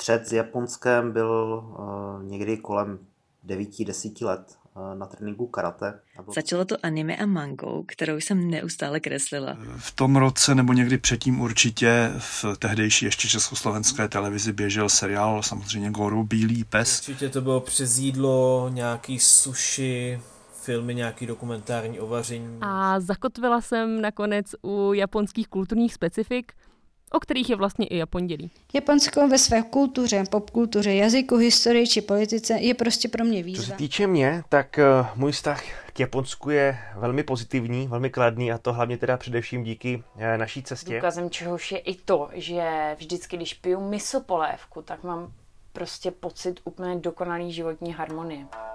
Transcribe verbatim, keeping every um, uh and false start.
střet s Japonskem byl uh, někdy kolem devět deset let uh, na tréninku karate. Byl... Začalo to anime a mangou, kterou jsem neustále kreslila. V tom roce nebo někdy předtím určitě v tehdejší ještě československé televizi běžel seriál samozřejmě Goro Bílý pes. Určitě to bylo přes jídlo, nějaký sushi, filmy, nějaký dokumentární o vaření. A zakotvila jsem nakonec u japonských kulturních specifik, o kterých je vlastně i Japondělí. Japonsko ve své kultuře, popkultuře, jazyku, historii či politice je prostě pro mě výzva. Co se týče mě, tak uh, můj vztah k Japonsku je velmi pozitivní, velmi kladný a to hlavně teda především díky uh, naší cestě. Důkazem čehož je i to, že vždycky, když piju miso polévku, tak mám prostě pocit úplně dokonalý životní harmonie.